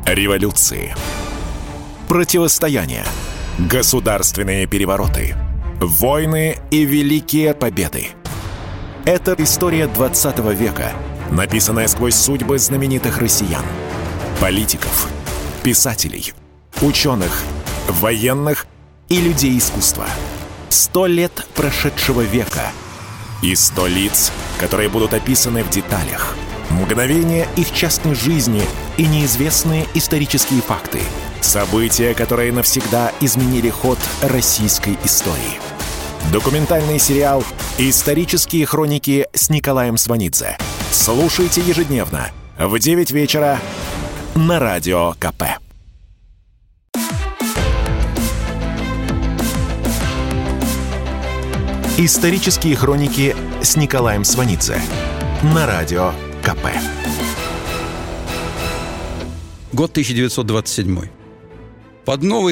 Революции, противостояния, государственные перевороты, войны и великие победы. Это история 20 века, написанная сквозь судьбы знаменитых россиян, политиков, писателей, ученых, военных и людей искусства. 100 лет прошедшего века и 100 лиц, которые будут описаны в деталях. Мгновения их частной жизни и неизвестные исторические факты. События, которые навсегда изменили ход российской истории. Документальный сериал «Исторические хроники» с Николаем Сванидзе. Слушайте ежедневно в 9 вечера на Радио КП. «Исторические хроники» с Николаем Сванидзе на Радио КП. Год 1927. Под новый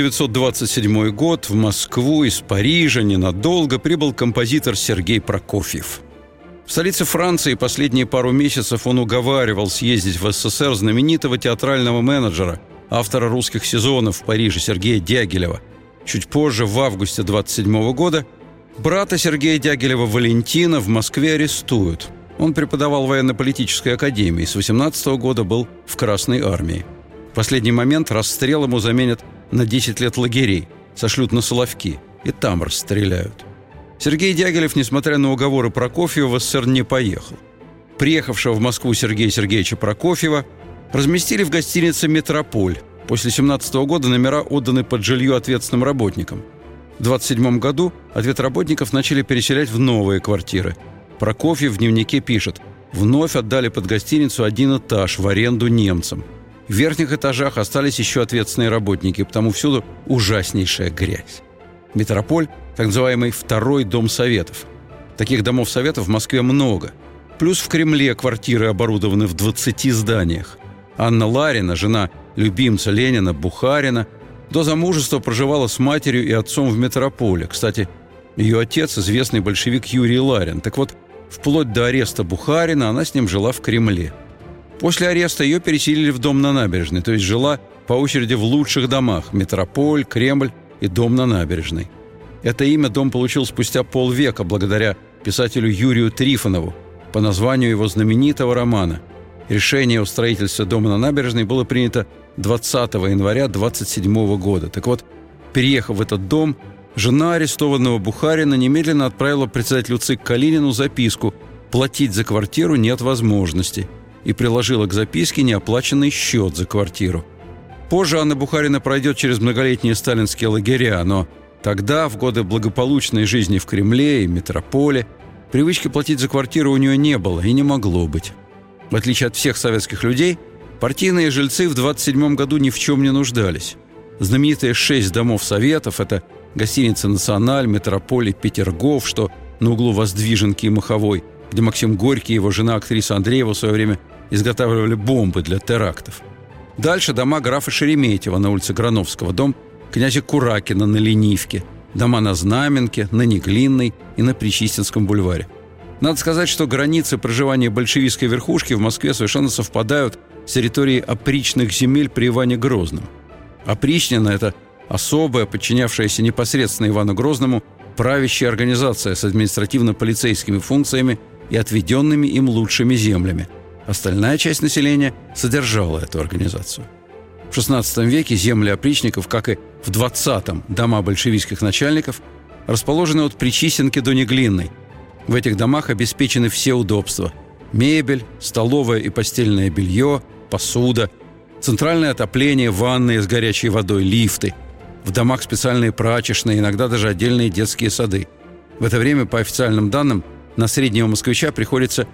1927 год в Москву из Парижа ненадолго прибыл композитор Сергей Прокофьев. В столице Франции последние пару месяцев он уговаривал съездить в СССР знаменитого театрального менеджера, автора русских сезонов в Париже Сергея Дягилева. Чуть позже, в августе 1927 года, брата Сергея Дягилева Валентина в Москве арестуют. Он преподавал в военно-политической академии, с 18 года был в Красной армии. В последний момент расстрел ему заменят на 10 лет лагерей, сошлют на Соловки, и там расстреляют. Сергей Дягилев, несмотря на уговоры Прокофьева, в СССР не поехал. Приехавшего в Москву Сергея Сергеевича Прокофьева разместили в гостинице «Метрополь». После 17 года номера отданы под жилье ответственным работникам. В 1927 году ответработников начали переселять в новые квартиры. Прокофьев в дневнике пишет: «Вновь отдали под гостиницу один этаж в аренду немцам. В верхних этажах остались еще ответственные работники, потому всюду ужаснейшая грязь». Метрополь – так называемый второй дом советов. Таких домов советов в Москве много. Плюс в Кремле квартиры оборудованы в 20 зданиях. Анна Ларина, жена любимца Ленина Бухарина, до замужества проживала с матерью и отцом в Метрополе. Кстати, ее отец – известный большевик Юрий Ларин. Так вот, вплоть до ареста Бухарина она с ним жила в Кремле. После ареста ее переселили в дом на Набережной, то есть жила по очереди в лучших домах – Метрополь, Кремль и дом на Набережной. Это имя дом получил спустя полвека благодаря писателю Юрию Трифонову по названию его знаменитого романа. Решение о строительстве дома на Набережной было принято 20 января 1927 года. Так вот, переехав в этот дом, жена арестованного Бухарина немедленно отправила председателю ЦИК Калинину записку «Платить за квартиру нет возможности» и приложила к записке неоплаченный счет за квартиру. Позже Анна Бухарина пройдет через многолетние сталинские лагеря, но тогда, в годы благополучной жизни в Кремле и Метрополе, привычки платить за квартиру у нее не было и не могло быть. В отличие от всех советских людей, партийные жильцы в 1927 году ни в чем не нуждались. Знаменитые 6 домов советов – это гостиница «Националь», «Метрополь» и «Петергоф», что на углу Воздвиженки и Маховой, где Максим Горький и его жена, актриса Андреева, в свое время изготавливали бомбы для терактов. Дальше дома графа Шереметьева на улице Грановского, дом князя Куракина на Ленивке, дома на Знаменке, на Неглинной и на Причистинском бульваре. Надо сказать, что границы проживания большевистской верхушки в Москве совершенно совпадают с территорией опричных земель при Иване Грозном. Опричнина – это особая, подчинявшаяся непосредственно Ивану Грозному, правящая организация с административно-полицейскими функциями и отведенными им лучшими землями. Остальная часть населения содержала эту организацию. В XVI веке земли опричников, как и в XX дома большевистских начальников, расположены от Причистенки до Неглинной. В этих домах обеспечены все удобства – мебель, столовое и постельное белье, посуда, центральное отопление, ванные с горячей водой, лифты. В домах специальные прачечные, иногда даже отдельные детские сады. В это время, по официальным данным, на среднего москвича приходится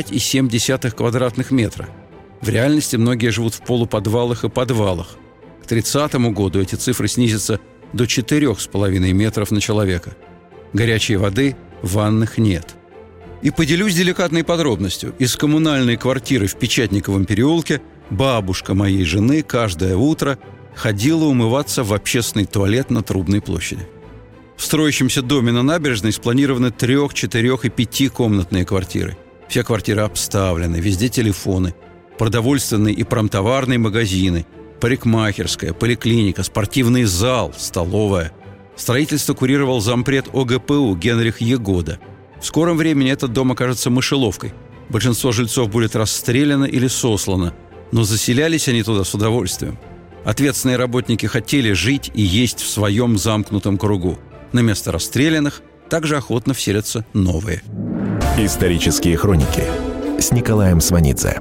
5,7 квадратных метра. В реальности многие живут в полуподвалах и подвалах. К 30 году эти цифры снизятся до 4,5 метров на человека. Горячей воды в ваннах нет. И поделюсь деликатной подробностью. Из коммунальной квартиры в Печатниковом переулке бабушка моей жены каждое утро ходила умываться в общественный туалет на Трубной площади. В строящемся доме на Набережной спланированы 3-, 4- и 5-комнатные квартиры. Все квартиры обставлены, везде телефоны. продовольственный и промтоварный магазины, парикмахерская, поликлиника, спортивный зал, столовая. Строительство курировал зампред ОГПУ Генрих Егода. В скором времени этот дом окажется мышеловкой. Большинство жильцов будет расстреляно или сослано, но заселялись они туда с удовольствием. Ответственные работники хотели жить и есть в своем замкнутом кругу. На место расстрелянных также охотно вселятся новые. Исторические хроники с Николаем Сванидзе.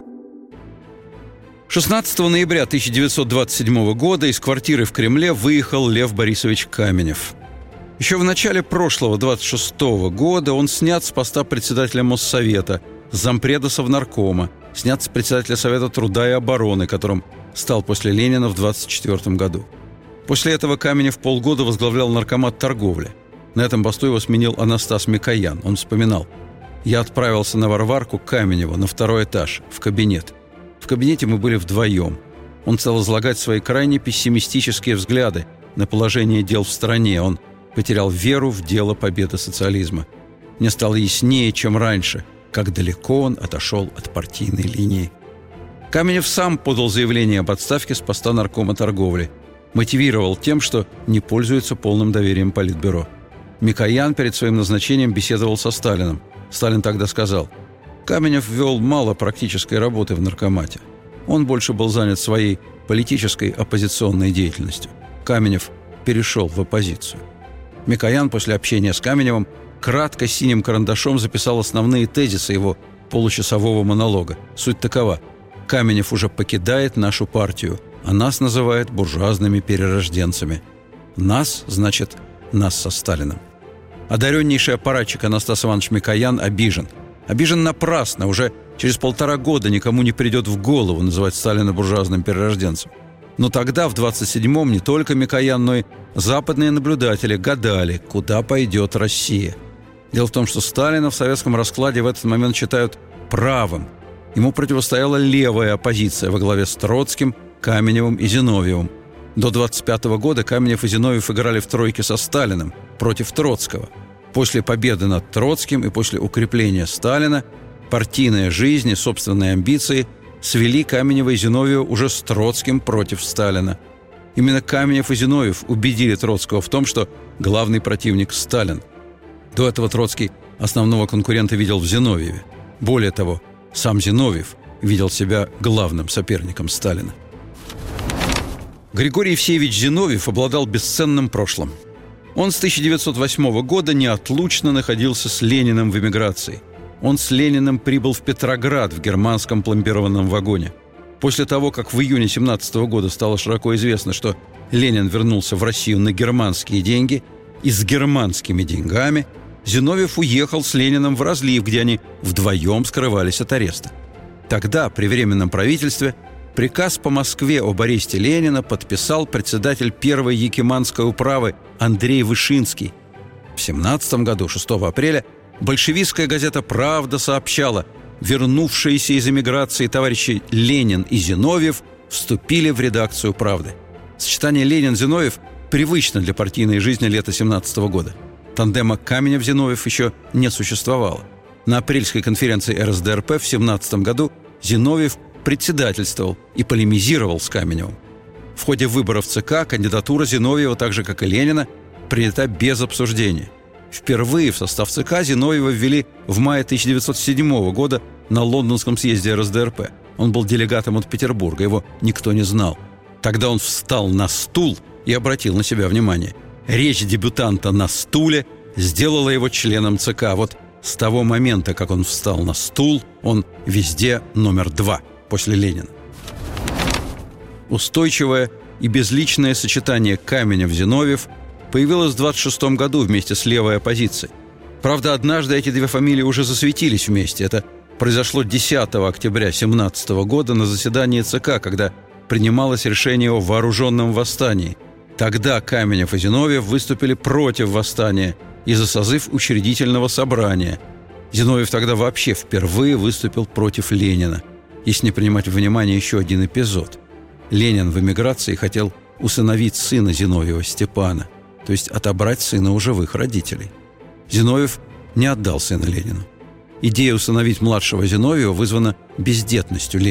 16 ноября 1927 года из квартиры в Кремле выехал Лев Борисович Каменев. Еще в начале прошлого, 26 года, он снят с поста председателя Моссовета, зампреда Совнаркома, снят с председателя Совета труда и обороны, которым стал после Ленина в 1924 году. После этого Каменев полгода возглавлял наркомат торговли. На этом посту его сменил Анастас Микоян. Он вспоминал: «Я отправился на Варварку к Каменеву на второй этаж, в кабинет. В кабинете мы были вдвоем. Он стал излагать свои крайне пессимистические взгляды на положение дел в стране. Он потерял веру в дело победы социализма. Мне стало яснее, чем раньше, как далеко он отошел от партийной линии». Каменев сам подал заявление об отставке с поста наркома торговли. Мотивировал тем, что не пользуется полным доверием Политбюро. Микоян перед своим назначением беседовал со Сталиным. Сталин тогда сказал: «Каменев вел мало практической работы в наркомате. Он больше был занят своей политической оппозиционной деятельностью. Каменев перешел в оппозицию». Микоян после общения с Каменевым кратко синим карандашом записал основные тезисы его получасового монолога. Суть такова: Каменев уже покидает нашу партию, а нас называет буржуазными перерожденцами. Нас, значит, нас со Сталиным. Одареннейший аппаратчик Анастас Иванович Микоян обижен. Обижен напрасно. Уже через 1,5 года никому не придет в голову называть Сталина буржуазным перерожденцем. Но тогда, в 27-м, не только Микоян, но и западные наблюдатели гадали, куда пойдет Россия. Дело в том, что Сталина в советском раскладе в этот момент считают правым. Ему противостояла левая оппозиция во главе с Троцким, Каменевым и Зиновьевым. До 25 года Каменев и Зиновьев играли в тройке со Сталиным против Троцкого. После победы над Троцким и после укрепления Сталина партийная жизнь и собственные амбиции свели Каменева и Зиновьева уже с Троцким против Сталина. Именно Каменев и Зиновьев убедили Троцкого в том, что главный противник – Сталин. До этого Троцкий основного конкурента видел в Зиновьеве. Более того, сам Зиновьев видел себя главным соперником Сталина. Григорий Евсеевич Зиновьев обладал бесценным прошлым. Он с 1908 года неотлучно находился с Лениным в эмиграции. Он с Лениным прибыл в Петроград в германском пломбированном вагоне. После того, как в июне 1917 года стало широко известно, что Ленин вернулся в Россию на германские деньги и с германскими деньгами, Зиновьев уехал с Лениным в Разлив, где они вдвоем скрывались от ареста. Тогда, при Временном правительстве, приказ по Москве об аресте Ленина подписал председатель первой Якиманской управы Андрей Вышинский. В 1917 году, 6 апреля, большевистская газета «Правда» сообщала: вернувшиеся из эмиграции товарищи Ленин и Зиновьев вступили в редакцию «Правды». Сочетание Ленин-Зиновьев привычно для партийной жизни лета 1917 года. Тандема Каменев-Зиновьев еще не существовало. На апрельской конференции РСДРП в 1917 году Зиновьев председательствовал и полемизировал с Каменевым. В ходе выборов ЦК кандидатура Зиновьева, так же как и Ленина, принята без обсуждения. Впервые в состав ЦК Зиновьева ввели в мае 1907 года на Лондонском съезде РСДРП. Он был делегатом от Петербурга, его никто не знал. Тогда он встал на стул и обратил на себя внимание. Речь дебютанта на стуле сделала его членом ЦК. Вот с того момента, как он встал на стул, он везде номер 2 после Ленина. Устойчивое и безличное сочетание Каменев-Зиновьев появилось в 1926 году вместе с левой оппозицией. Правда, однажды эти две фамилии уже засветились вместе. Это произошло 10 октября 1917 года на заседании ЦК, когда принималось решение о вооруженном восстании. Тогда Каменев и Зиновьев выступили против восстания и за созыв учредительного собрания. Зиновьев тогда вообще впервые выступил против Ленина, если не принимать во внимание еще один эпизод. Ленин в эмиграции хотел усыновить сына Зиновьева, Степана, то есть отобрать сына у живых родителей. Зиновьев не отдал сына Ленину. Идея усыновить младшего Зиновьева вызвана бездетностью Ленина.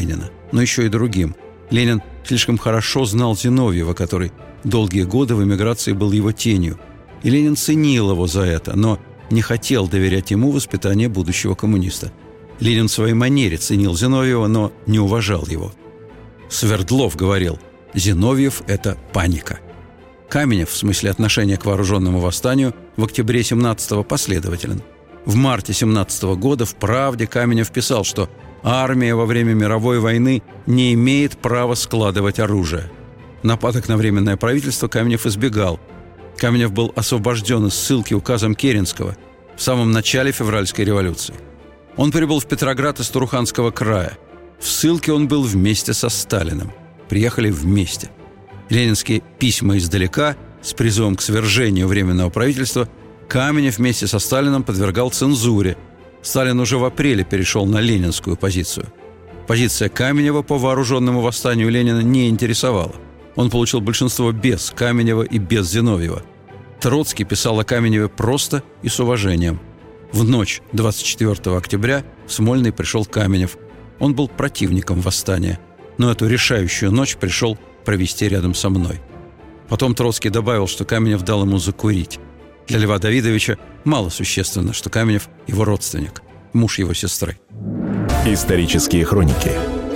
но еще и другим. Ленин слишком хорошо знал Зиновьева, который долгие годы в эмиграции был его тенью. И Ленин ценил его за это, но не хотел доверять ему воспитание будущего коммуниста. Ленин в своей манере ценил Зиновьева, но не уважал его. Свердлов говорил: «Зиновьев – это паника». Каменев, в смысле отношения к вооруженному восстанию, в октябре 17-го последователен. В марте 17-го года в «Правде» Каменев писал, что армия во время мировой войны не имеет права складывать оружие. Нападок на Временное правительство Каменев избегал. Каменев был освобожден из ссылки указом Керенского в самом начале февральской революции. Он прибыл в Петроград из Туруханского края. В ссылке он был вместе со Сталиным. Приехали вместе. Ленинские письма издалека с призывом к свержению Временного правительства Каменев вместе со Сталиным подвергал цензуре. Сталин уже в апреле перешел на ленинскую позицию. Позиция Каменева по вооруженному восстанию Ленина не интересовала. Он получил большинство без Каменева и без Зиновьева. Троцкий писал о Каменеве просто и с уважением. В ночь 24 октября в Смольный пришел Каменев. Он был противником восстания, но эту решающую ночь пришел провести рядом со мной. Потом Троцкий добавил, что Каменев дал ему закурить. Для Льва Давидовича мало существенно, что Каменев – его родственник, муж его сестры. Исторические хроники.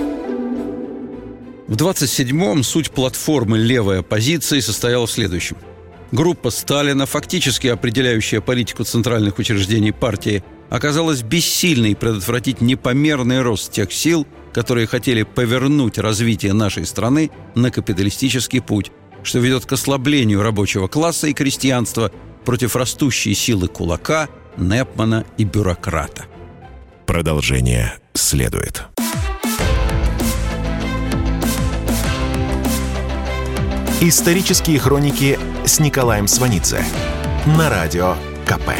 В 27-м суть платформы левой оппозиции состояла в следующем. Группа Сталина, фактически определяющая политику центральных учреждений партии, оказалась бессильной предотвратить непомерный рост тех сил, которые хотели повернуть развитие нашей страны на капиталистический путь, что ведет к ослаблению рабочего класса и крестьянства против растущей силы кулака, Непмана и бюрократа. Продолжение следует. Исторические хроники с Николаем Сванидзе на радио КП.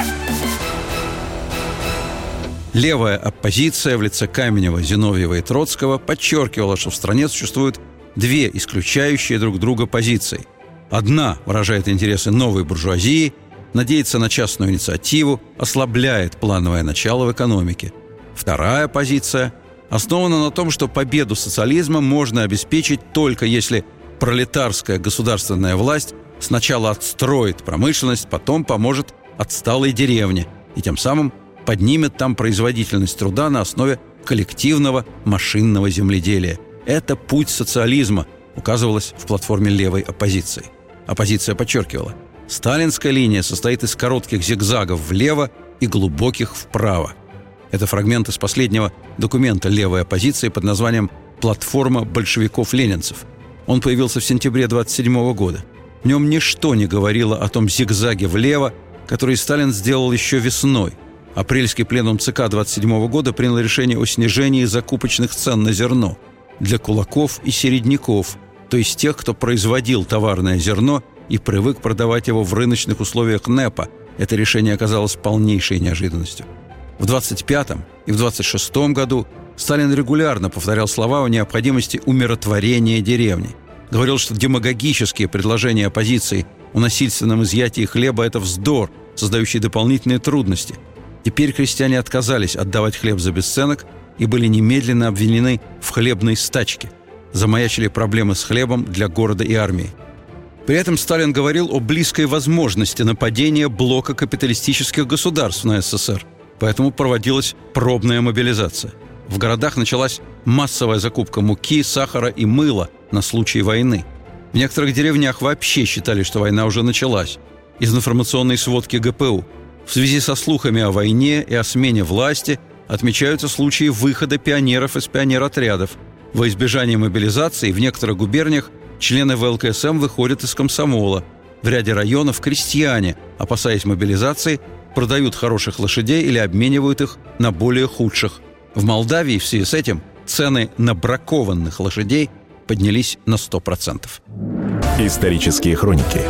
Левая оппозиция в лице Каменева, Зиновьева и Троцкого подчеркивала, что в стране существуют две исключающие друг друга позиции. Одна выражает интересы новой буржуазии, надеется на частную инициативу, ослабляет плановое начало в экономике. Вторая позиция основана на том, что победу социализма можно обеспечить только если пролетарская государственная власть сначала отстроит промышленность, потом поможет отсталой деревне и тем самым поднимет там производительность труда на основе коллективного машинного земледелия. Это путь социализма, указывалось в платформе левой оппозиции. Оппозиция подчеркивала: сталинская линия состоит из коротких зигзагов влево и глубоких вправо. Это фрагмент из последнего документа левой оппозиции под названием «Платформа большевиков-ленинцев». Он появился в сентябре 1927 года. В нем ничто не говорило о том зигзаге влево, который Сталин сделал еще весной. Апрельский пленум ЦК 1927 года принял решение о снижении закупочных цен на зерно для кулаков и середняков, то есть тех, кто производил товарное зерно и привык продавать его в рыночных условиях НЭПа. Это решение оказалось полнейшей неожиданностью. В 1925 и в 1926 году Сталин регулярно повторял слова о необходимости умиротворения деревни. Говорил, что демагогические предложения оппозиции о насильственном изъятии хлеба – это вздор, создающий дополнительные трудности. Теперь крестьяне отказались отдавать хлеб за бесценок и были немедленно обвинены в хлебной стачке. Замаячили проблемы с хлебом для города и армии. При этом Сталин говорил о близкой возможности нападения блока капиталистических государств на СССР, поэтому проводилась пробная мобилизация. В городах началась массовая закупка муки, сахара и мыла на случай войны. В некоторых деревнях вообще считали, что война уже началась. Из информационной сводки ГПУ: в связи со слухами о войне и о смене власти отмечаются случаи выхода пионеров из пионеротрядов. Во избежание мобилизации в некоторых губерниях члены ВЛКСМ выходят из комсомола. В ряде районов крестьяне, опасаясь мобилизации, продают хороших лошадей или обменивают их на более худших. В Молдавии в связи с этим цены на бракованных лошадей поднялись на 100%. Исторические хроники.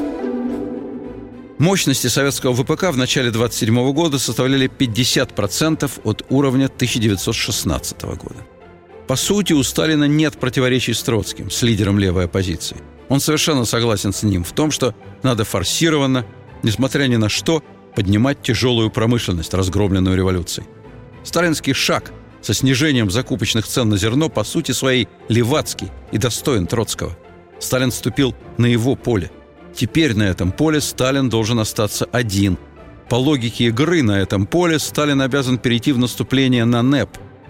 Мощности советского ВПК в начале 1927 года составляли 50% от уровня 1916 года. По сути, у Сталина нет противоречий с Троцким, с лидером левой оппозиции. Он совершенно согласен с ним в том, что надо форсированно, несмотря ни на что, поднимать тяжелую промышленность, разгромленную революцией. Сталинский шаг со снижением закупочных цен на зерно, по сути своей левацкий и достоин Троцкого. Сталин вступил на его поле. Теперь на этом поле Сталин должен остаться один. По логике игры на этом поле Сталин обязан перейти в наступление на НЭП.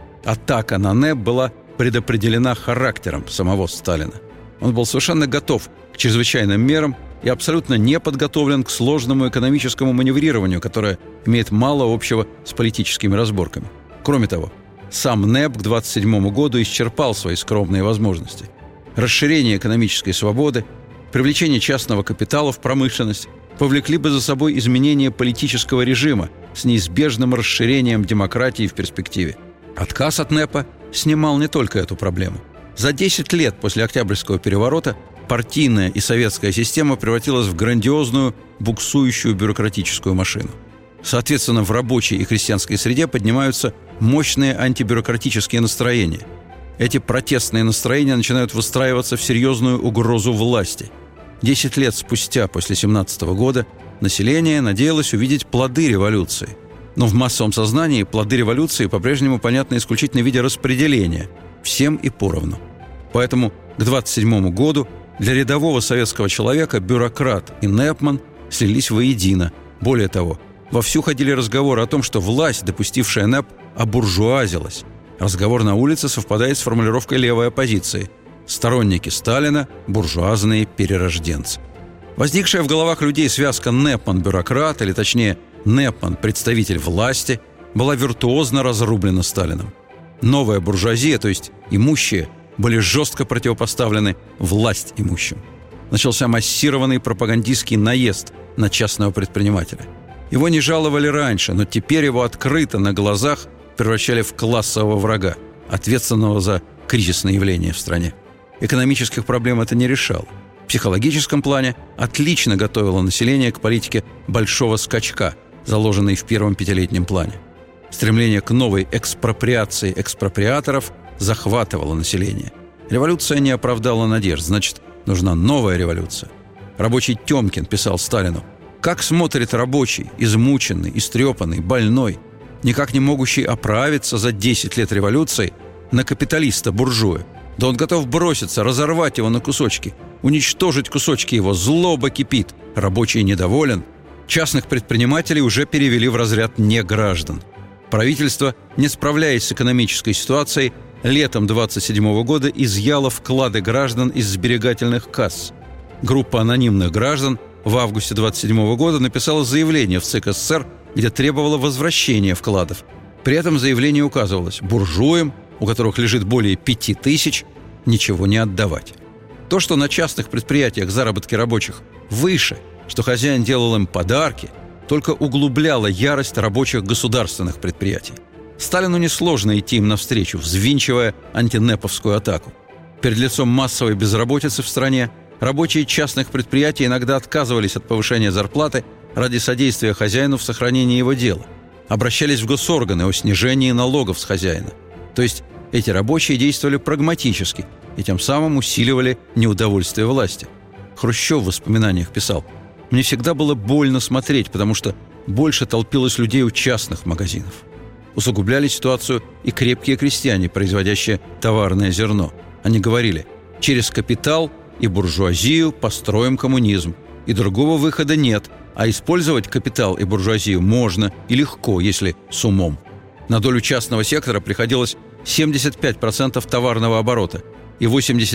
Атака на НЭП была предопределена характером самого Сталина. Он был совершенно готов к чрезвычайным мерам и абсолютно не подготовлен к сложному экономическому маневрированию, которое имеет мало общего с политическими разборками. Кроме того, сам НЭП к 1927 году исчерпал свои скромные возможности. Расширение экономической свободы, привлечение частного капитала в промышленность повлекли бы за собой изменение политического режима с неизбежным расширением демократии в перспективе. Отказ от НЭПа снимал не только эту проблему. За 10 лет после Октябрьского переворота партийная и советская система превратилась в грандиозную, буксующую бюрократическую машину. Соответственно, в рабочей и крестьянской среде поднимаются мощные антибюрократические настроения. Эти протестные настроения начинают выстраиваться в серьезную угрозу власти. 10 лет спустя, после 1917 года, население надеялось увидеть плоды революции. Но в массовом сознании плоды революции по-прежнему понятны исключительно в виде распределения, всем и поровну. Поэтому к 1927 году для рядового советского человека бюрократ и НЭПман слились воедино. Более того, вовсю ходили разговоры о том, что власть, допустившая НЭП, обуржуазилась. Разговор на улице совпадает с формулировкой левой оппозиции. Сторонники Сталина – буржуазные перерожденцы. Возникшая в головах людей связка НЭПман-бюрократ, или точнее НЭПман-представитель власти, была виртуозно разрублена Сталином. Новая буржуазия, то есть имущие, были жестко противопоставлены власть имущим. Начался массированный пропагандистский наезд на частного предпринимателя. Его не жаловали раньше, но теперь его открыто на глазах превращали в классового врага, ответственного за кризисные явления в стране. Экономических проблем это не решало. В психологическом плане отлично готовило население к политике большого скачка, заложенной в первом пятилетнем плане. Стремление к новой экспроприации экспроприаторов захватывало население. Революция не оправдала надежд, значит, нужна новая революция. Рабочий Тёмкин писал Сталину: «Как смотрит рабочий, измученный, истрепанный, больной, никак не могущий оправиться за 10 лет революции, на капиталиста-буржуя. Да он готов броситься, разорвать его на кусочки, уничтожить кусочки его, злоба кипит, рабочий недоволен». Частных предпринимателей уже перевели в разряд неграждан. Правительство, не справляясь с экономической ситуацией, летом 1927 года изъяло вклады граждан из сберегательных касс. Группа анонимных граждан в августе 1927 года написала заявление в ЦК СССР, где требовала возвращения вкладов. При этом заявление указывалось: буржуям, у которых лежит более 5000, ничего не отдавать. То, что на частных предприятиях заработки рабочих выше, что хозяин делал им подарки, только углубляло ярость рабочих государственных предприятий. Сталину несложно идти им навстречу, взвинчивая антинеповскую атаку. Перед лицом массовой безработицы в стране рабочие частных предприятий иногда отказывались от повышения зарплаты ради содействия хозяину в сохранении его дела. Обращались в госорганы о снижении налогов с хозяина. То есть эти рабочие действовали прагматически и тем самым усиливали неудовольствие власти. Хрущев в воспоминаниях писал: «Мне всегда было больно смотреть, потому что больше толпилось людей у частных магазинов». Усугубляли ситуацию и крепкие крестьяне, производящие товарное зерно. Они говорили: через капитал и буржуазию построим коммунизм, и другого выхода нет, а использовать капитал и буржуазию можно и легко, если с умом. На долю частного сектора приходилось 75% товарного оборота и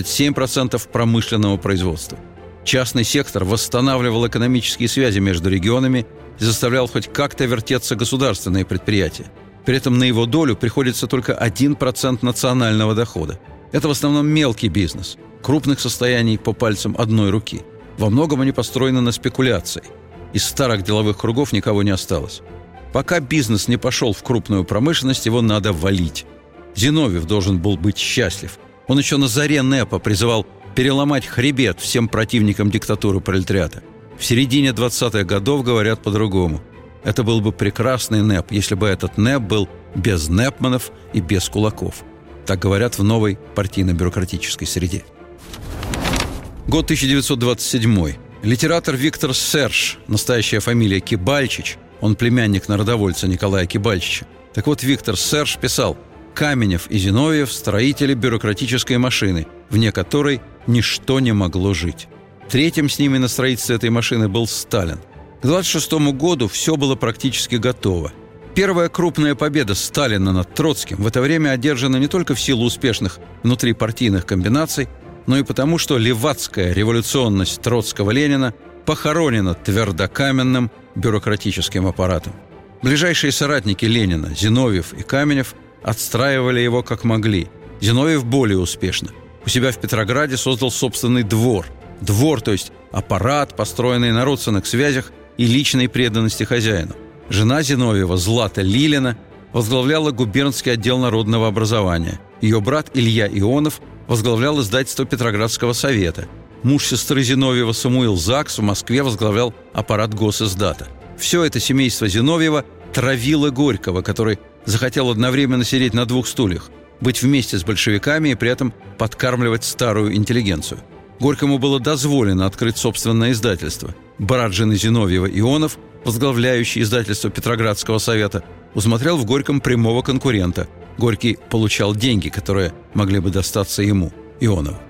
87% промышленного производства. Частный сектор восстанавливал экономические связи между регионами и заставлял хоть как-то вертеться государственные предприятия. При этом на его долю приходится только 1% национального дохода. Это в основном мелкий бизнес, крупных состояний по пальцам одной руки. Во многом они построены на спекуляции. Из старых деловых кругов никого не осталось. Пока бизнес не пошел в крупную промышленность, его надо валить. Зиновьев должен был быть счастлив. Он еще на заре НЭПа призывал переломать хребет всем противникам диктатуры пролетариата. В середине 20-х годов говорят по-другому. Это был бы прекрасный НЭП, если бы этот НЭП был без НЭПманов и без кулаков. Так говорят в новой партийно-бюрократической среде. Год 1927. Литератор Виктор Серж, настоящая фамилия Кибальчич, он племянник народовольца Николая Кибальчича. Так вот, Виктор Серж писал: Каменев и Зиновьев – строители бюрократической машины, вне которой ничто не могло жить. Третьим с ними на строительстве этой машины был Сталин. К 26 году все было практически готово. Первая крупная победа Сталина над Троцким в это время одержана не только в силу успешных внутрипартийных комбинаций, но и потому, что левацкая революционность Троцкого-Ленина похоронена твердокаменным бюрократическим аппаратом. Ближайшие соратники Ленина, Зиновьев и Каменев, отстраивали его как могли. Зиновьев более успешно. У себя в Петрограде создал собственный двор. Двор, то есть аппарат, построенный на родственных связях и личной преданности хозяину. Жена Зиновьева, Злата Лилина, возглавляла губернский отдел народного образования. Ее брат Илья Ионов возглавлял издательство Петроградского совета. Муж сестры Зиновьева Самуил Закс в Москве возглавлял аппарат госиздата. Все это семейство Зиновьева травило Горького, который захотел одновременно сидеть на двух стульях, быть вместе с большевиками и при этом подкармливать старую интеллигенцию. Горькому было дозволено открыть собственное издательство. Брат жены Зиновьева Ионов, возглавляющий издательство Петроградского совета, усмотрел в Горьком прямого конкурента. Горький получал деньги, которые могли бы достаться ему, Ионову.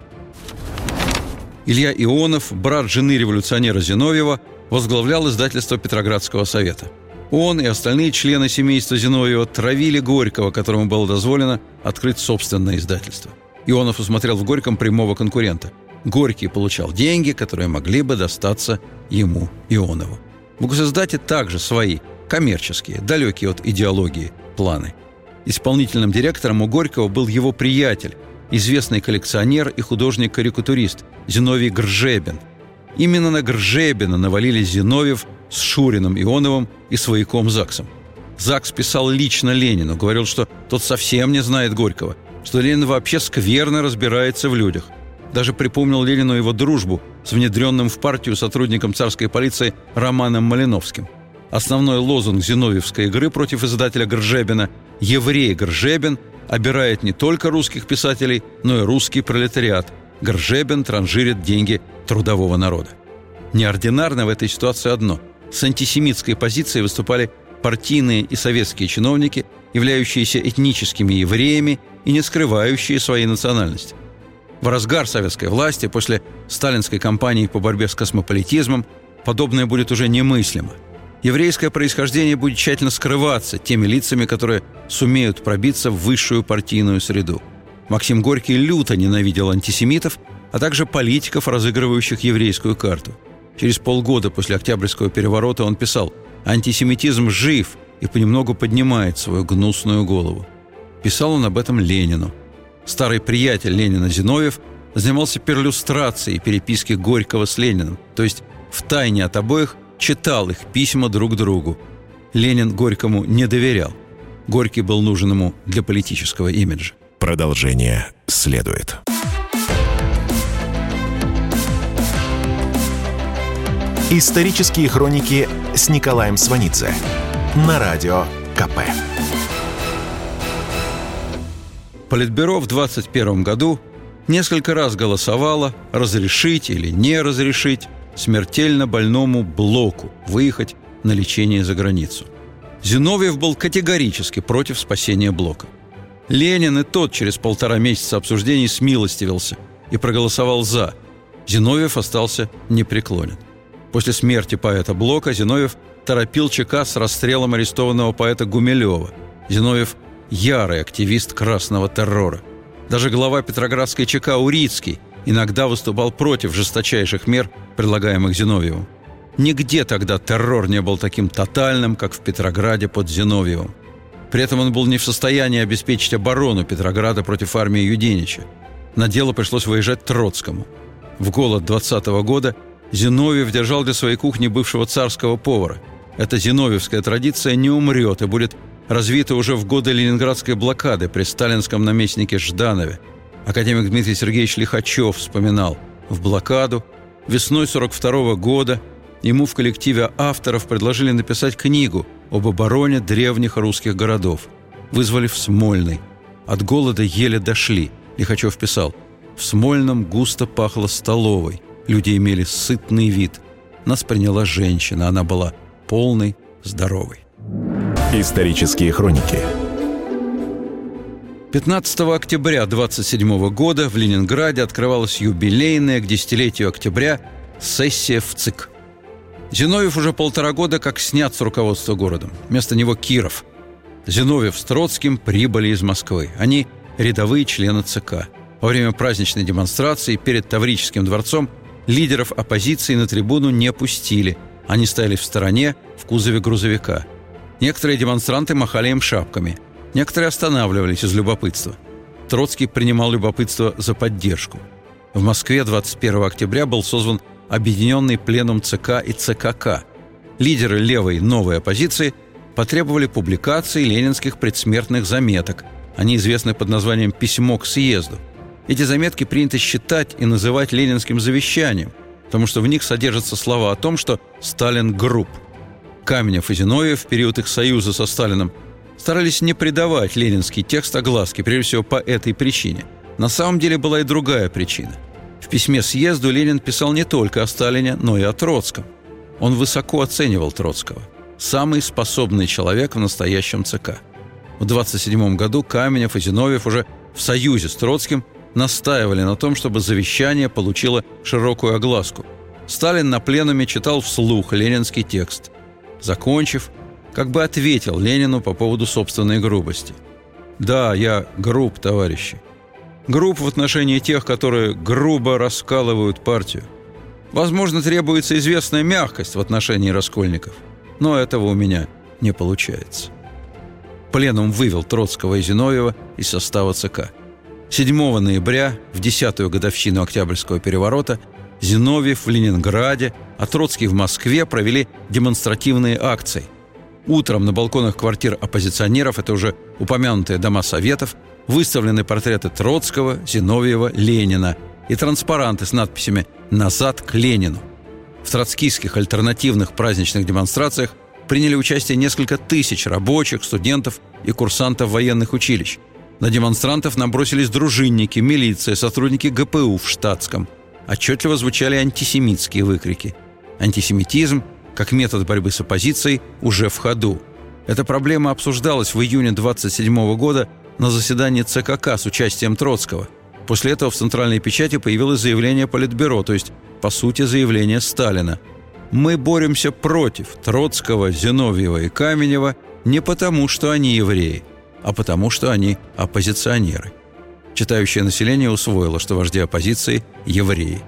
Илья Ионов, брат жены революционера Зиновьева, возглавлял издательство Петроградского совета. Он и остальные члены семейства Зиновьева травили Горького, которому было дозволено открыть собственное издательство. Ионов усмотрел в Горьком прямого конкурента. Горький получал деньги, которые могли бы достаться ему, Ионову. В госиздате также свои, коммерческие, далекие от идеологии, планы. Исполнительным директором у Горького был его приятель, известный коллекционер и художник-карикатурист Зиновий Гржебин. Именно на Гржебина навалились Зиновьев с Шуриным Ионовым и свояком Заксом. Закс писал лично Ленину, говорил, что тот совсем не знает Горького, что Ленин вообще скверно разбирается в людях. Даже припомнил Ленину его дружбу с внедренным в партию сотрудником царской полиции Романом Малиновским. Основной лозунг зиновьевской игры против издателя Гржебина «Еврей Гржебин» обирает не только русских писателей, но и русский пролетариат. Гржебин транжирит деньги трудового народа. Неординарно в этой ситуации одно. С антисемитской позицией выступали партийные и советские чиновники, являющиеся этническими евреями и не скрывающие своей национальности. В разгар советской власти, после сталинской кампании по борьбе с космополитизмом, подобное будет уже немыслимо. Еврейское происхождение будет тщательно скрываться теми лицами, которые сумеют пробиться в высшую партийную среду. Максим Горький люто ненавидел антисемитов, а также политиков, разыгрывающих еврейскую карту. Через полгода после Октябрьского переворота он писал: «Антисемитизм жив и понемногу поднимает свою гнусную голову». Писал он об этом Ленину. Старый приятель Ленина Зиновьев занимался перлюстрацией переписки Горького с Лениным, то есть втайне от обоих читал их письма друг другу. Ленин Горькому не доверял. Горький был нужен ему для политического имиджа. Продолжение следует. Исторические хроники с Николаем Сванидзе на Радио КП. Политбюро в 2021 году несколько раз голосовало разрешить или не разрешить смертельно больному Блоку выехать на лечение за границу. Зиновьев был категорически против спасения Блока. Ленин и тот через 1,5 месяца обсуждений смилостивился и проголосовал «за». Зиновьев остался непреклонен. После смерти поэта Блока Зиновьев торопил ЧК с расстрелом арестованного поэта Гумилева. Зиновьев – ярый активист красного террора. Даже глава Петроградской ЧК Урицкий иногда выступал против жесточайших мер, предлагаемых Зиновьевым. Нигде тогда террор не был таким тотальным, как в Петрограде под Зиновьевым. При этом он был не в состоянии обеспечить оборону Петрограда против армии Юденича. На дело пришлось выезжать Троцкому. В голод 20 года Зиновьев держал для своей кухни бывшего царского повара. Эта зиновьевская традиция не умрет и будет развита уже в годы Ленинградской блокады при сталинском наместнике Жданове. Академик Дмитрий Сергеевич Лихачев вспоминал: в блокаду весной 1942 года ему в коллективе авторов предложили написать книгу об обороне древних русских городов. Вызвали в Смольный. От голода еле дошли. Лихачев писал: «В Смольном густо пахло столовой. Люди имели сытный вид. Нас приняла женщина. Она была полной, здоровой». Исторические хроники 15 октября 1927 года в Ленинграде открывалась юбилейная к десятилетию октября сессия в ЦИК. Зиновьев уже 1,5 года как снят с руководства городом. Вместо него Киров. Зиновьев с Троцким прибыли из Москвы. Они рядовые члены ЦК. Во время праздничной демонстрации перед Таврическим дворцом лидеров оппозиции на трибуну не пустили. Они стояли в стороне, в кузове грузовика. Некоторые демонстранты махали им шапками. Некоторые останавливались из любопытства. Троцкий принимал любопытство за поддержку. В Москве 21 октября был созван объединенный пленум ЦК и ЦКК. Лидеры левой новой оппозиции потребовали публикации ленинских предсмертных заметок. Они известны под названием «Письмо к съезду». Эти заметки принято считать и называть ленинским завещанием, потому что в них содержатся слова о том, что Сталин груб. Каменев и Зиновьев в период их союза со Сталиным старались не придавать ленинский текст огласке, прежде всего по этой причине. На самом деле была и другая причина. В письме съезду Ленин писал не только о Сталине, но и о Троцком. Он высоко оценивал Троцкого. Самый способный человек в настоящем ЦК. В 1927 году Каменев и Зиновьев уже в союзе с Троцким настаивали на том, чтобы завещание получило широкую огласку. Сталин на пленуме читал вслух ленинский текст. Закончив, как бы ответил Ленину по поводу собственной грубости. «Да, я груб, товарищи. Груб в отношении тех, которые грубо раскалывают партию. Возможно, требуется известная мягкость в отношении раскольников, но этого у меня не получается». Пленум вывел Троцкого и Зиновьева из состава ЦК. 7 ноября, в 10-ю годовщину Октябрьского переворота, Зиновьев в Ленинграде, а Троцкий в Москве провели демонстративные акции. Утром на балконах квартир оппозиционеров, это уже упомянутые дома советов, выставлены портреты Троцкого, Зиновьева, Ленина и транспаранты с надписями «Назад к Ленину». В троцкийских альтернативных праздничных демонстрациях приняли участие несколько тысяч рабочих, студентов и курсантов военных училищ. На демонстрантов набросились дружинники, милиция, сотрудники ГПУ в штатском. Отчетливо звучали антисемитские выкрики. Антисемитизм, как метод борьбы с оппозицией, уже в ходу. Эта проблема обсуждалась в июне 1927 года на заседании ЦКК с участием Троцкого. После этого в центральной печати появилось заявление Политбюро, то есть, по сути, заявление Сталина. «Мы боремся против Троцкого, Зиновьева и Каменева не потому, что они евреи, а потому, что они оппозиционеры». Читающее население усвоило, что вожди оппозиции – евреи.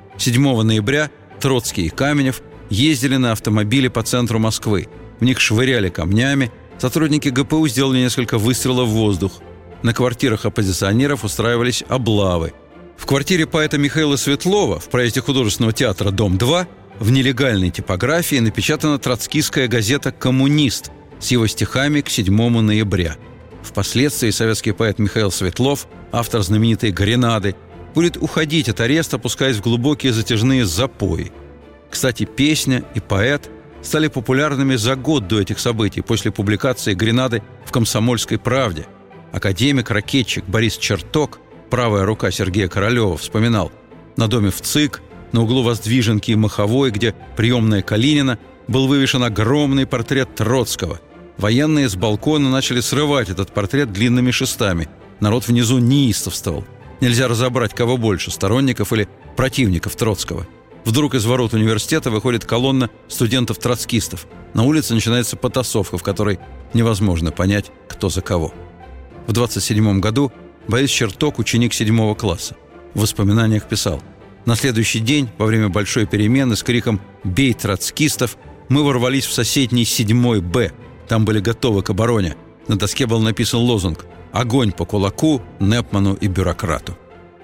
7 ноября Троцкий и Каменев ездили на автомобиле по центру Москвы. В них швыряли камнями. Сотрудники ГПУ сделали несколько выстрелов в воздух. На квартирах оппозиционеров устраивались облавы. В квартире поэта Михаила Светлова в проезде художественного театра «Дом-2» в нелегальной типографии напечатана троцкистская газета «Коммунист» с его стихами к 7 ноября. Впоследствии советский поэт Михаил Светлов, автор знаменитой «Гренады», будет уходить от ареста, опускаясь в глубокие затяжные запои. Кстати, песня и поэт стали популярными за год до этих событий, после публикации «Гренады» в «Комсомольской правде». Академик-ракетчик Борис Черток, правая рука Сергея Королева, вспоминал: «На доме в ЦИК, на углу Воздвиженки и Маховой, где приемная Калинина, был вывешен огромный портрет Троцкого. Военные с балкона начали срывать этот портрет длинными шестами. Народ внизу неистовствовал. Нельзя разобрать, кого больше – сторонников или противников Троцкого. Вдруг из ворот университета выходит колонна студентов-троцкистов. На улице начинается потасовка, в которой невозможно понять, кто за кого». В 1927 году Борис Черток, ученик 7 класса, в воспоминаниях писал: «На следующий день, во время большой перемены, с криком «Бей троцкистов!» мы ворвались в соседний 7 Б. Там были готовы к обороне. На доске был написан лозунг «Огонь по кулаку, Непману и бюрократу».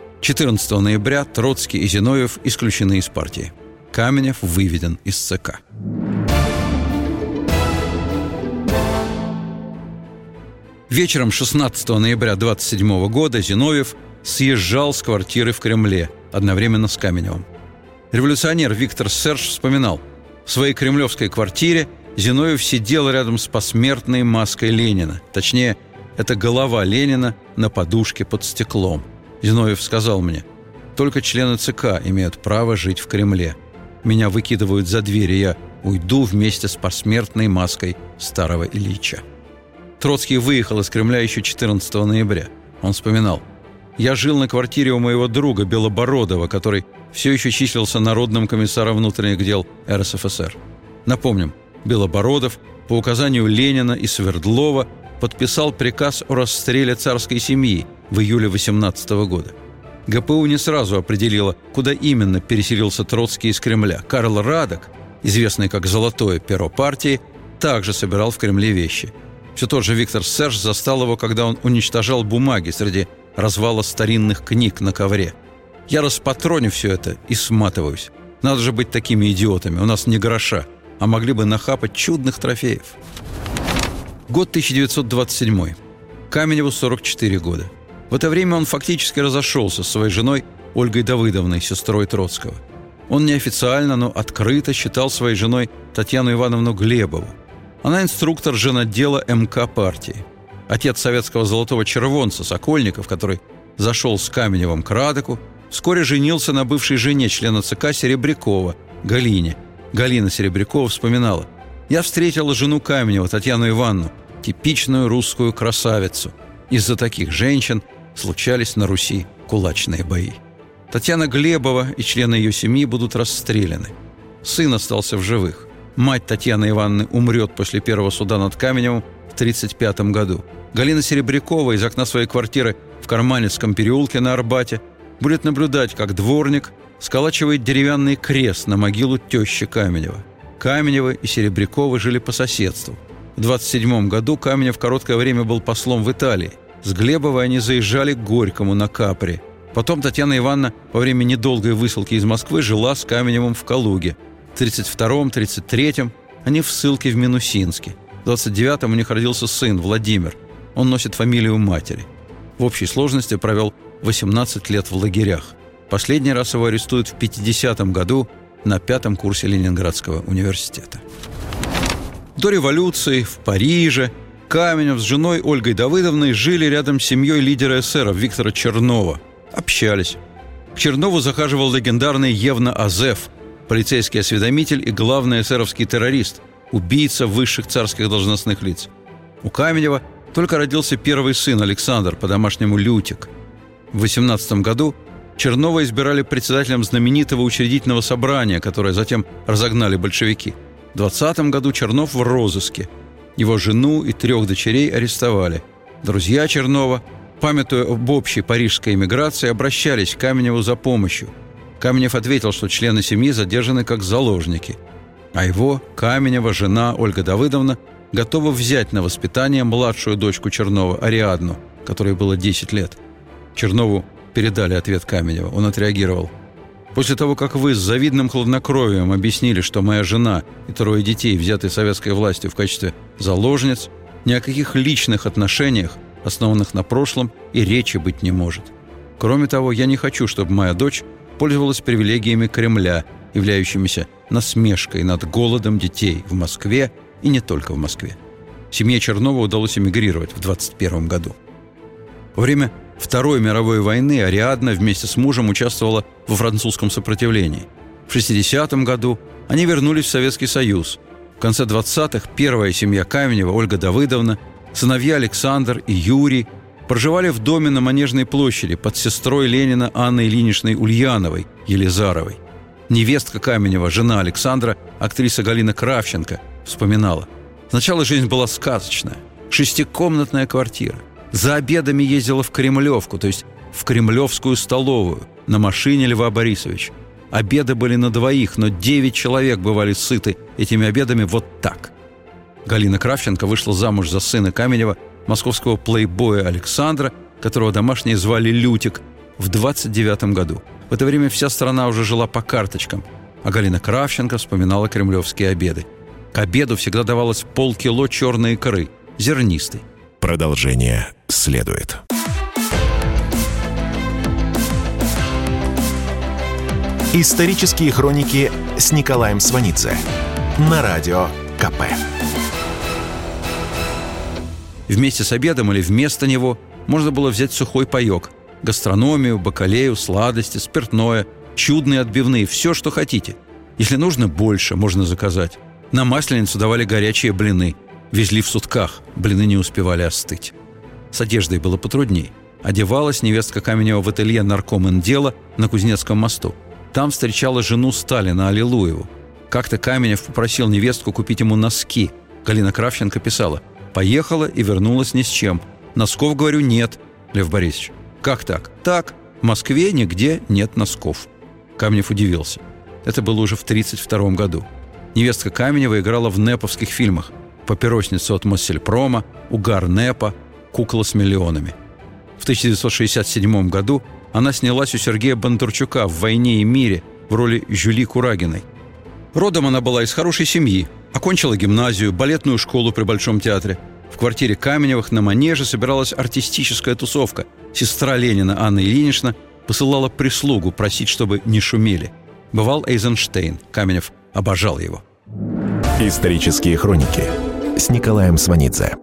14 ноября Троцкий и Зиновьев исключены из партии. Каменев выведен из ЦК. Вечером 16 ноября 1927 года Зиновьев съезжал с квартиры в Кремле одновременно с Каменевым. Революционер Виктор Серж вспоминал: в своей кремлевской квартире Зиновьев сидел рядом с посмертной маской Ленина. Точнее, это голова Ленина на подушке под стеклом. Зиновьев сказал мне: «Только члены ЦК имеют право жить в Кремле. Меня выкидывают за дверь, и я уйду вместе с посмертной маской старого Ильича». Троцкий выехал из Кремля еще 14 ноября. Он вспоминал: «Я жил на квартире у моего друга Белобородова, который все еще числился народным комиссаром внутренних дел РСФСР. Напомним, Белобородов по указанию Ленина и Свердлова подписал приказ о расстреле царской семьи в июле 18 года. ГПУ не сразу определила, куда именно переселился Троцкий из Кремля. Карл Радек, известный как «Золотое перо партии», также собирал в Кремле вещи. Все тот же Виктор Серж застал его, когда он уничтожал бумаги среди развала старинных книг на ковре. «Я распатроню все это и сматываюсь. Надо же быть такими идиотами, у нас не гроша, а могли бы нахапать чудных трофеев». Год 1927. Каменеву 44 года. В это время он фактически разошелся с своей женой Ольгой Давыдовной, сестрой Троцкого. Он неофициально, но открыто считал своей женой Татьяну Ивановну Глебову. Она инструктор женотдела МК партии. Отец советского золотого червонца Сокольников, который зашел с Каменевым к Радеку, вскоре женился на бывшей жене члена ЦК Серебрякова, Галине. Галина Серебрякова вспоминала: «Я встретила жену Каменева, Татьяну Ивановну, типичную русскую красавицу. Из-за таких женщин случались на Руси кулачные бои». Татьяна Глебова и члены ее семьи будут расстреляны. Сын остался в живых. Мать Татьяны Ивановны умрет после первого суда над Каменевым в 1935 году. Галина Серебрякова из окна своей квартиры в Карманецком переулке на Арбате будет наблюдать, как дворник сколачивает деревянный крест на могилу тещи Каменева. Каменевы и Серебряковы жили по соседству. В 1927 году Каменев короткое время был послом в Италии. С Глебовой они заезжали к Горькому на Капри. Потом Татьяна Ивановна во время недолгой высылки из Москвы жила с Каменевым в Калуге. В 1932-1933 они в ссылке в Минусинске. В 1929 у них родился сын Владимир. Он носит фамилию матери. В общей сложности провел 18 лет в лагерях. Последний раз его арестуют в 1950 году на 5-м курсе Ленинградского университета. До революции в Париже Каменев с женой Ольгой Давыдовной жили рядом с семьей лидера эсеров Виктора Чернова. Общались. К Чернову захаживал легендарный Евна Азеф, полицейский осведомитель и главный эсеровский террорист, убийца высших царских должностных лиц. У Каменева только родился первый сын Александр, по-домашнему Лютик. В 18 году Чернова избирали председателем знаменитого учредительного собрания, которое затем разогнали большевики. В 20 году Чернов в розыске. Его жену и 3 дочерей арестовали. Друзья Чернова, памятуя об общей парижской эмиграции, обращались к Каменеву за помощью. Каменев ответил, что члены семьи задержаны как заложники. А его, Каменева, жена Ольга Давыдовна готова взять на воспитание младшую дочку Чернова, Ариадну, которой было 10 лет. Чернову передали ответ Каменева. Он отреагировал: «После того, как вы с завидным хладнокровием объяснили, что моя жена и 3 детей взяты советской властью в качестве заложниц, ни о каких личных отношениях, основанных на прошлом, и речи быть не может. Кроме того, я не хочу, чтобы моя дочь пользовалась привилегиями Кремля, являющимися насмешкой над голодом детей в Москве и не только в Москве». Семье Чернова удалось эмигрировать в 1921 году. Во время Второй мировой войны Ариадна вместе с мужем участвовала во французском сопротивлении. В 1960 году они вернулись в Советский Союз. В конце 20-х первая семья Каменева, Ольга Давыдовна, сыновья Александр и Юрий, проживали в доме на Манежной площади под сестрой Ленина Анной Ильиничной Ульяновой, Елизаровой. Невестка Каменева, жена Александра, актриса Галина Кравченко, вспоминала: «Сначала жизнь была сказочная. 6-комнатная квартира. За обедами ездила в Кремлевку, то есть в кремлевскую столовую, на машине Льва Борисовича. Обеды были на 2, но 9 человек бывали сыты этими обедами вот так». Галина Кравченко вышла замуж за сына Каменева, московского плейбоя Александра, которого домашние звали Лютик, в 1929 году. В это время вся страна уже жила по карточкам, а Галина Кравченко вспоминала кремлевские обеды. К обеду всегда давалось полкило черной икры, зернистой. Продолжение следует. Исторические хроники с Николаем Сванидзе на Радио КП. Вместе с обедом или вместо него можно было взять сухой паёк, гастрономию, бакалею, сладости, спиртное, чудные отбивные, все, что хотите. Если нужно больше, можно заказать. На Масленицу давали горячие блины. Везли в сутках, блины не успевали остыть. С одеждой было потрудней. Одевалась невестка Каменева в ателье наркоминдела на Кузнецком мосту. Там встречала жену Сталина, Аллилуеву. Как-то Каменев попросил невестку купить ему носки. Галина Кравченко писала: «Поехала и вернулась ни с чем. Носков, говорю, нет, Лев Борисович». «Как так?» «Так, в Москве нигде нет носков». Каменев удивился. Это было уже в 1932 году. Невестка Каменева играла в нэповских фильмах: «Папиросница от Моссельпрома», «Угар Нэпа», «Кукла с миллионами». В 1967 году она снялась у Сергея Бондарчука в «Войне и мире» в роли Жюли Курагиной. Родом она была из хорошей семьи. Окончила гимназию, балетную школу при Большом театре. В квартире Каменевых на Манеже собиралась артистическая тусовка. Сестра Ленина Анна Ильинична посылала прислугу просить, чтобы не шумели. Бывал Эйзенштейн. Каменев обожал его. Исторические хроники с Николаем Сванидзе.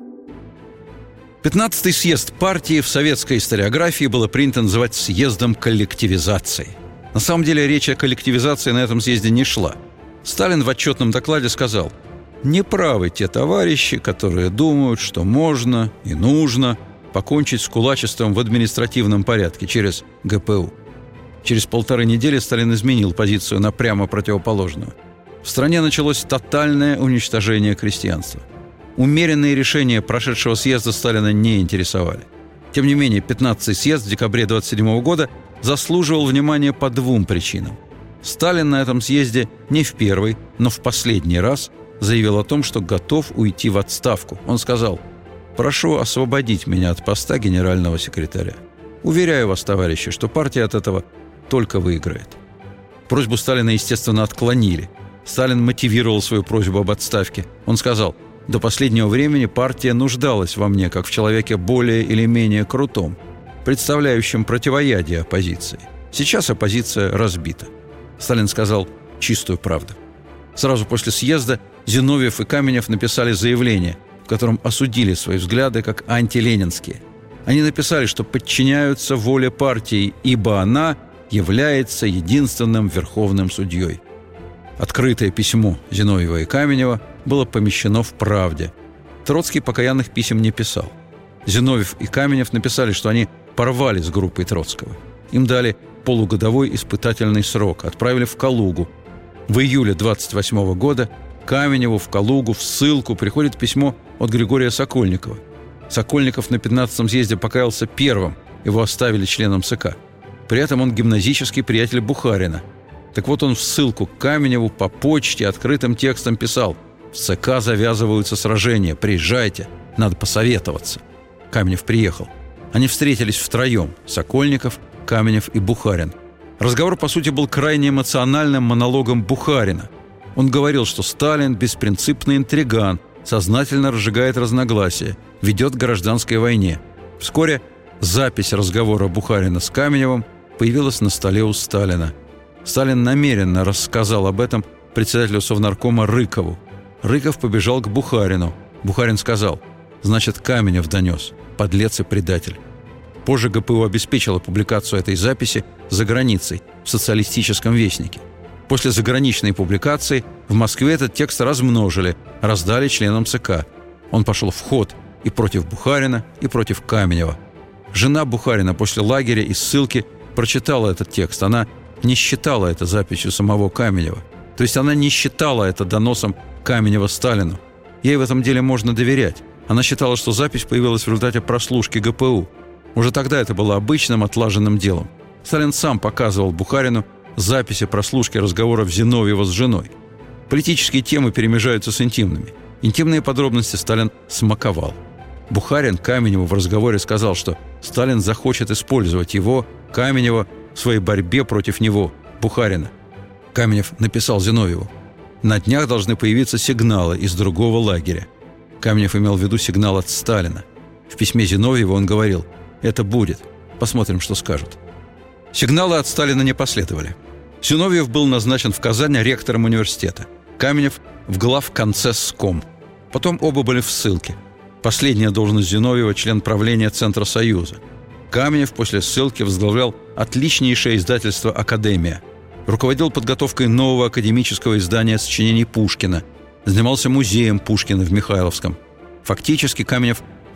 15-й съезд партии в советской историографии было принято называть съездом коллективизации. На самом деле речь о коллективизации на этом съезде не шла. Сталин в отчетном докладе сказал: «Неправы те товарищи, которые думают, что можно и нужно покончить с кулачеством в административном порядке через ГПУ». Через 1,5 недели Сталин изменил позицию на прямо противоположную. В стране началось тотальное уничтожение крестьянства. Умеренные решения прошедшего съезда Сталина не интересовали. Тем не менее, 15-й съезд в декабре 1927 года заслуживал внимания по 2 причинам. Сталин на этом съезде не в первый, но в последний раз заявил о том, что готов уйти в отставку. Он сказал: «Прошу освободить меня от поста генерального секретаря. Уверяю вас, товарищи, что партия от этого только выиграет». Просьбу Сталина, естественно, отклонили. Сталин мотивировал свою просьбу об отставке. Он сказал: «До последнего времени партия нуждалась во мне, как в человеке более или менее крутом, представляющем противоядие оппозиции. Сейчас оппозиция разбита». Сталин сказал чистую правду. Сразу после съезда Зиновьев и Каменев написали заявление, в котором осудили свои взгляды как антиленинские. Они написали, что подчиняются воле партии, ибо она является единственным верховным судьей. Открытое письмо Зиновьева и Каменева было помещено в «Правде». Троцкий покаянных писем не писал. Зиновьев и Каменев написали, что они порвали с группой Троцкого. Им дали полугодовой испытательный срок, отправили в Калугу. В июле 1928 года Каменеву в Калугу в ссылку приходит письмо от Григория Сокольникова. Сокольников на 15-м съезде покаялся первым, его оставили членом ЦК. При этом он гимназический приятель Бухарина. Так вот, он в ссылку к Каменеву по почте открытым текстом писал: «В ЦК завязываются сражения, приезжайте, надо посоветоваться». Каменев приехал. Они встретились втроем – Сокольников, Каменев и Бухарин. Разговор, по сути, был крайне эмоциональным монологом Бухарина. Он говорил, что Сталин – беспринципный интриган, сознательно разжигает разногласия, ведет к гражданской войне. Вскоре запись разговора Бухарина с Каменевым появилась на столе у Сталина. Сталин намеренно рассказал об этом председателю Совнаркома Рыкову. Рыков побежал к Бухарину. Бухарин сказал: «Значит, Каменев донес. Подлец и предатель». Позже ГПУ обеспечила публикацию этой записи за границей, в «Социалистическом вестнике». После заграничной публикации в Москве этот текст размножили, раздали членам ЦК. Он пошел в ход и против Бухарина, и против Каменева. Жена Бухарина после лагеря и ссылки прочитала этот текст. Она не считала это записью самого Каменева. То есть она не считала это доносом Каменева Сталину. Ей в этом деле можно доверять. Она считала, что запись появилась в результате прослушки ГПУ. Уже тогда это было обычным отлаженным делом. Сталин сам показывал Бухарину записи прослушки разговоров Зиновьева с женой. Политические темы перемежаются с интимными. Интимные подробности Сталин смаковал. Бухарин Каменеву в разговоре сказал, что Сталин захочет использовать его, Каменева, в своей борьбе против него, Бухарина. Каменев написал Зиновьеву: «На днях должны появиться сигналы из другого лагеря». Каменев имел в виду сигнал от Сталина. В письме Зиновьева он говорил: «Это будет. Посмотрим, что скажут». Сигналы от Сталина не последовали. Зиновьев был назначен в Казань ректором университета. Каменев – в главконцесском. Потом оба были в ссылке. Последняя должность Зиновьева – член правления Центра Союза. Каменев после ссылки возглавлял отличнейшее издательство «Академия». Руководил подготовкой нового академического издания сочинений Пушкина. Занимался музеем Пушкина в Михайловском. Фактически Каменев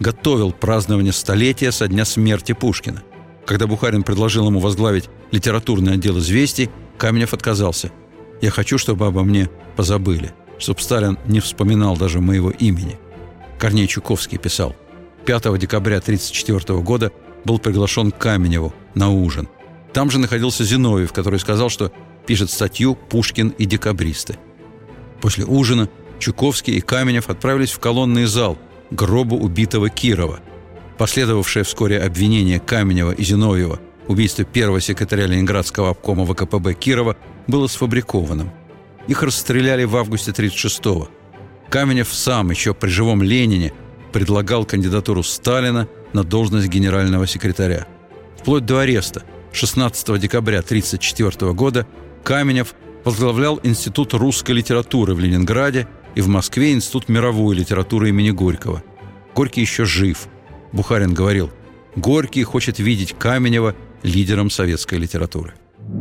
готовил празднование столетия со дня смерти Пушкина. Когда Бухарин предложил ему возглавить литературный отдел «Известий», Каменев отказался. «Я хочу, чтобы обо мне позабыли, чтобы Сталин не вспоминал даже моего имени». Корней Чуковский писал: 5 декабря 1934 года был приглашен к Каменеву на ужин. Там же находился Зиновьев, который сказал, что пишет статью «Пушкин и декабристы». После ужина Чуковский и Каменев отправились в колонный зал к гробу убитого Кирова. Последовавшее вскоре обвинение Каменева и Зиновьева в убийстве первого секретаря Ленинградского обкома ВКПБ Кирова было сфабрикованным. Их расстреляли в августе 1936-го. Каменев сам еще при живом Ленине предлагал кандидатуру Сталина на должность генерального секретаря. Вплоть до ареста 16 декабря 1934 года Каменев возглавлял Институт русской литературы в Ленинграде и в Москве Институт мировой литературы имени Горького. Горький еще жив. Бухарин говорил: Горький хочет видеть Каменева лидером советской литературы.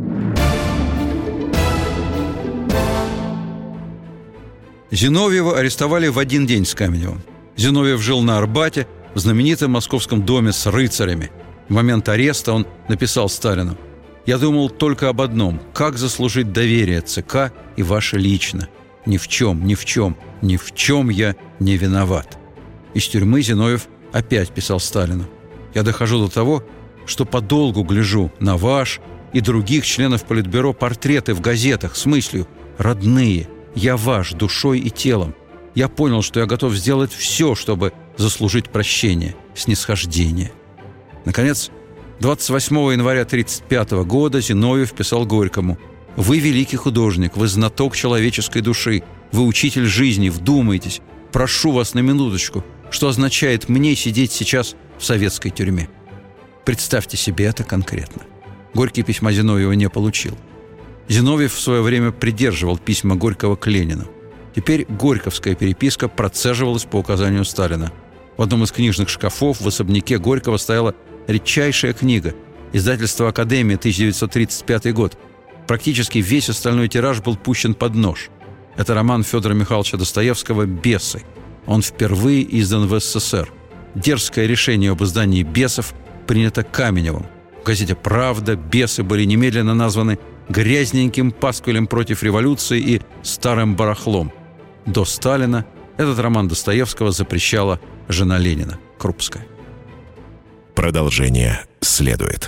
Зиновьева арестовали в один день с Каменевым. Зиновьев жил на Арбате в знаменитом московском доме с рыцарями. В момент ареста он написал Сталину: «Я думал только об одном – как заслужить доверие ЦК и ваше лично. Ни в чем я не виноват». Из тюрьмы Зиновьев опять писал Сталину: «Я дохожу до того, что подолгу гляжу на ваш и других членов Политбюро портреты в газетах с мыслью: родные, я ваш душой и телом. Я понял, что я готов сделать все, чтобы заслужить прощение, снисхождение». Наконец, 28 января 1935 года Зиновьев писал Горькому: «Вы великий художник, вы знаток человеческой души, вы учитель жизни, вдумайтесь. Прошу вас на минуточку, что означает мне сидеть сейчас в советской тюрьме». Представьте себе это конкретно. Горький письма Зиновьева не получил. Зиновьев в свое время придерживал письма Горького к Ленину. Теперь горьковская переписка процеживалась по указанию Сталина. В одном из книжных шкафов в особняке Горького стояла редчайшая книга, издательство «Академия», 1935 год. Практически весь остальной тираж был пущен под нож. Это роман Федора Михайловича Достоевского «Бесы». Он впервые издан в СССР. Дерзкое решение об издании «Бесов» принято Каменевым. В газете «Правда» «Бесы» были немедленно названы грязненьким пасквилем против революции и старым барахлом. До Сталина этот роман Достоевского запрещала жена Ленина, Крупская. Продолжение следует.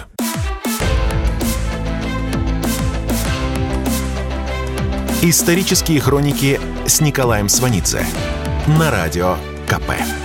Исторические хроники с Николаем Сванидзе на радио КП.